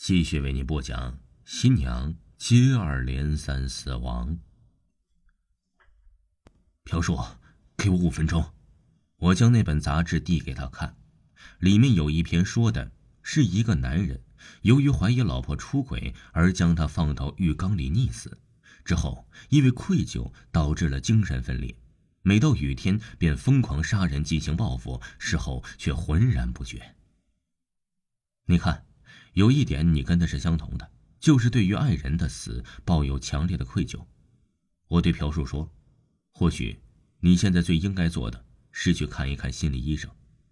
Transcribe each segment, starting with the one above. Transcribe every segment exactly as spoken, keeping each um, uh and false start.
继续为你播讲新娘接二连三死亡。朴树，给我五分钟。我将那本杂志递给他看，里面有一篇说的是一个男人由于怀疑老婆出轨而将她放到浴缸里溺死，之后因为愧疚导致了精神分裂，每到雨天便疯狂杀人进行报复，事后却浑然不觉。你看，有一点你跟他是相同的，就是对于爱人的死抱有强烈的愧疚。我对朴树说，或许你现在最应该做的是去看一看心理医生。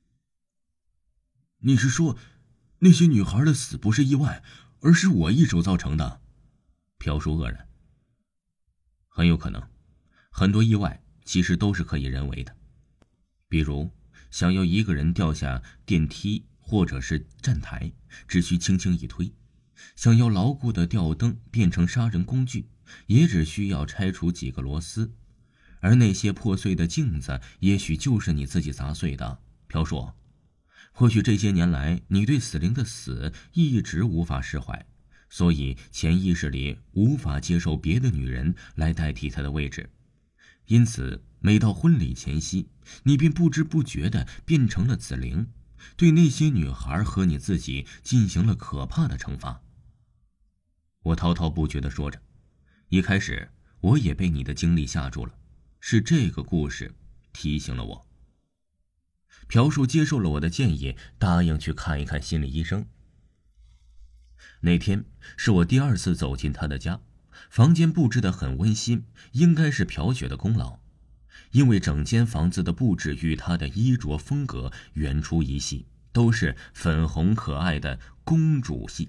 你是说那些女孩的死不是意外，而是我一手造成的？ 朴树愕然。很有可能，很多意外其实都是可以人为的，比如想要一个人掉下电梯或者是站台，只需轻轻一推；想要牢固的吊灯变成杀人工具，也只需要拆除几个螺丝。而那些破碎的镜子，也许就是你自己砸碎的。朴树，或许这些年来你对死灵的死一直无法释怀，所以潜意识里无法接受别的女人来代替她的位置，因此每到婚礼前夕，你便不知不觉地变成了死灵，对那些女孩和你自己进行了可怕的惩罚。我滔滔不绝地说着，一开始我也被你的经历吓住了，是这个故事提醒了我。朴树接受了我的建议，答应去看一看心理医生。那天是我第二次走进他的家，房间布置得很温馨，应该是朴雪的功劳，因为整间房子的布置与她的衣着风格远出一系，都是粉红可爱的公主系。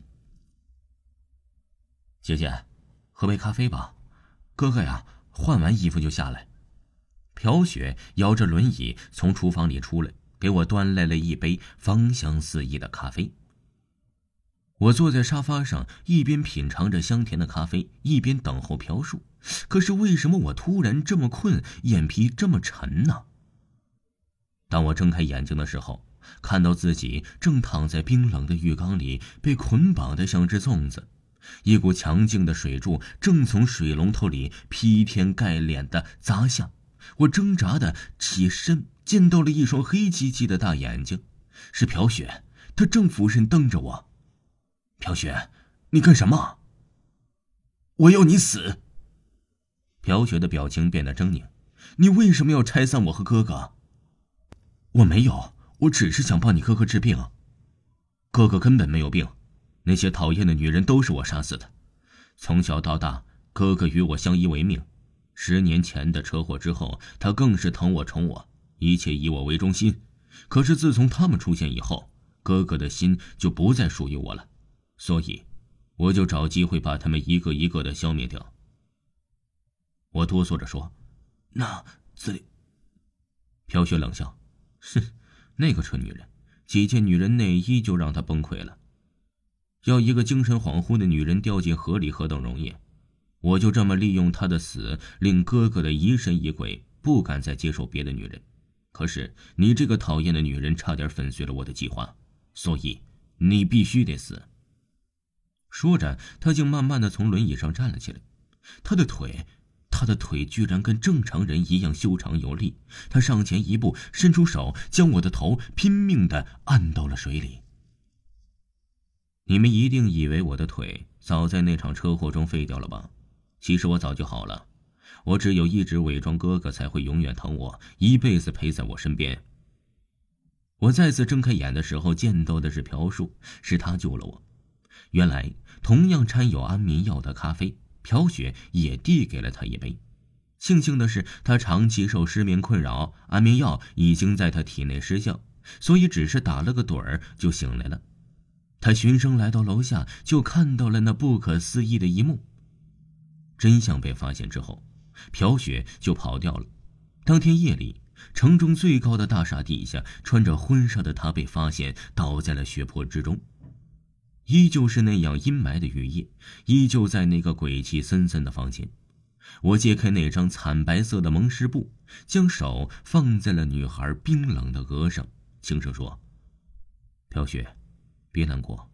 姐姐，喝杯咖啡吧，哥哥呀，换完衣服就下来。朴雪摇着轮椅从厨房里出来，给我端来了一杯芳香四溢的咖啡。我坐在沙发上，一边品尝着香甜的咖啡，一边等候朴树。可是为什么我突然这么困，眼皮这么沉呢？当我睁开眼睛的时候，看到自己正躺在冰冷的浴缸里，被捆绑得像只粽子。一股强劲的水柱正从水龙头里劈天盖脸地砸下，我挣扎地起身，见到了一双黑漆漆的大眼睛，是朴雪，她正俯身瞪着我。朴雪，你干什么？ 我要你死！ 朴雪的表情变得狰狞。你为什么要拆散我和哥哥？ 我没有，我只是想帮你哥哥治病。 哥哥根本没有病，那些讨厌的女人都是我杀死的。从小到大，哥哥与我相依为命。十年前的车祸之后，他更是疼我宠我，一切以我为中心。可是自从他们出现以后，哥哥的心就不再属于我了，所以我就找机会把他们一个一个的消灭掉。我哆嗦着说， 那子里…… 朴雪冷笑，哼，那个蠢女人，几件女人内衣就让她崩溃了。要一个精神恍惚的女人掉进河里何等容易，我就这么利用她的死，令哥哥的疑神疑鬼，不敢再接受别的女人。可是你这个讨厌的女人差点粉碎了我的计划，所以你必须得死。说着，他竟慢慢地从轮椅上站了起来，他的腿他的腿居然跟正常人一样修长有力，他上前一步，伸出手将我的头拼命地按到了水里。你们一定以为我的腿早在那场车祸中废掉了吧？其实我早就好了，我只有一直伪装哥哥才会永远疼我，一辈子陪在我身边。我再次睁开眼的时候，见到的是朴树，是他救了我。原来同样掺有安眠药的咖啡，朴雪也递给了他一杯。庆幸的是，他长期受失眠困扰，安眠药已经在他体内失效，所以只是打了个盹儿就醒来了。他循声来到楼下，就看到了那不可思议的一幕。真相被发现之后，朴雪就跑掉了。当天夜里，城中最高的大厦底下，穿着婚纱的她被发现倒在了血泊之中。依旧是那样阴霾的雨夜，依旧在那个鬼气森森的房间。我揭开那张惨白色的蒙湿布，将手放在了女孩冰冷的额上，轻声说，朴雪，别难过，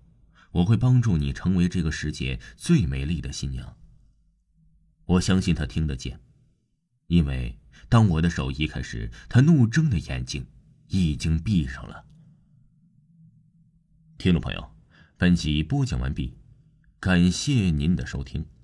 我会帮助你成为这个世界最美丽的新娘。我相信他听得见，因为当我的手移开时，他怒睁的眼睛已经闭上了。听众朋友，本集播讲完毕，感谢您的收听。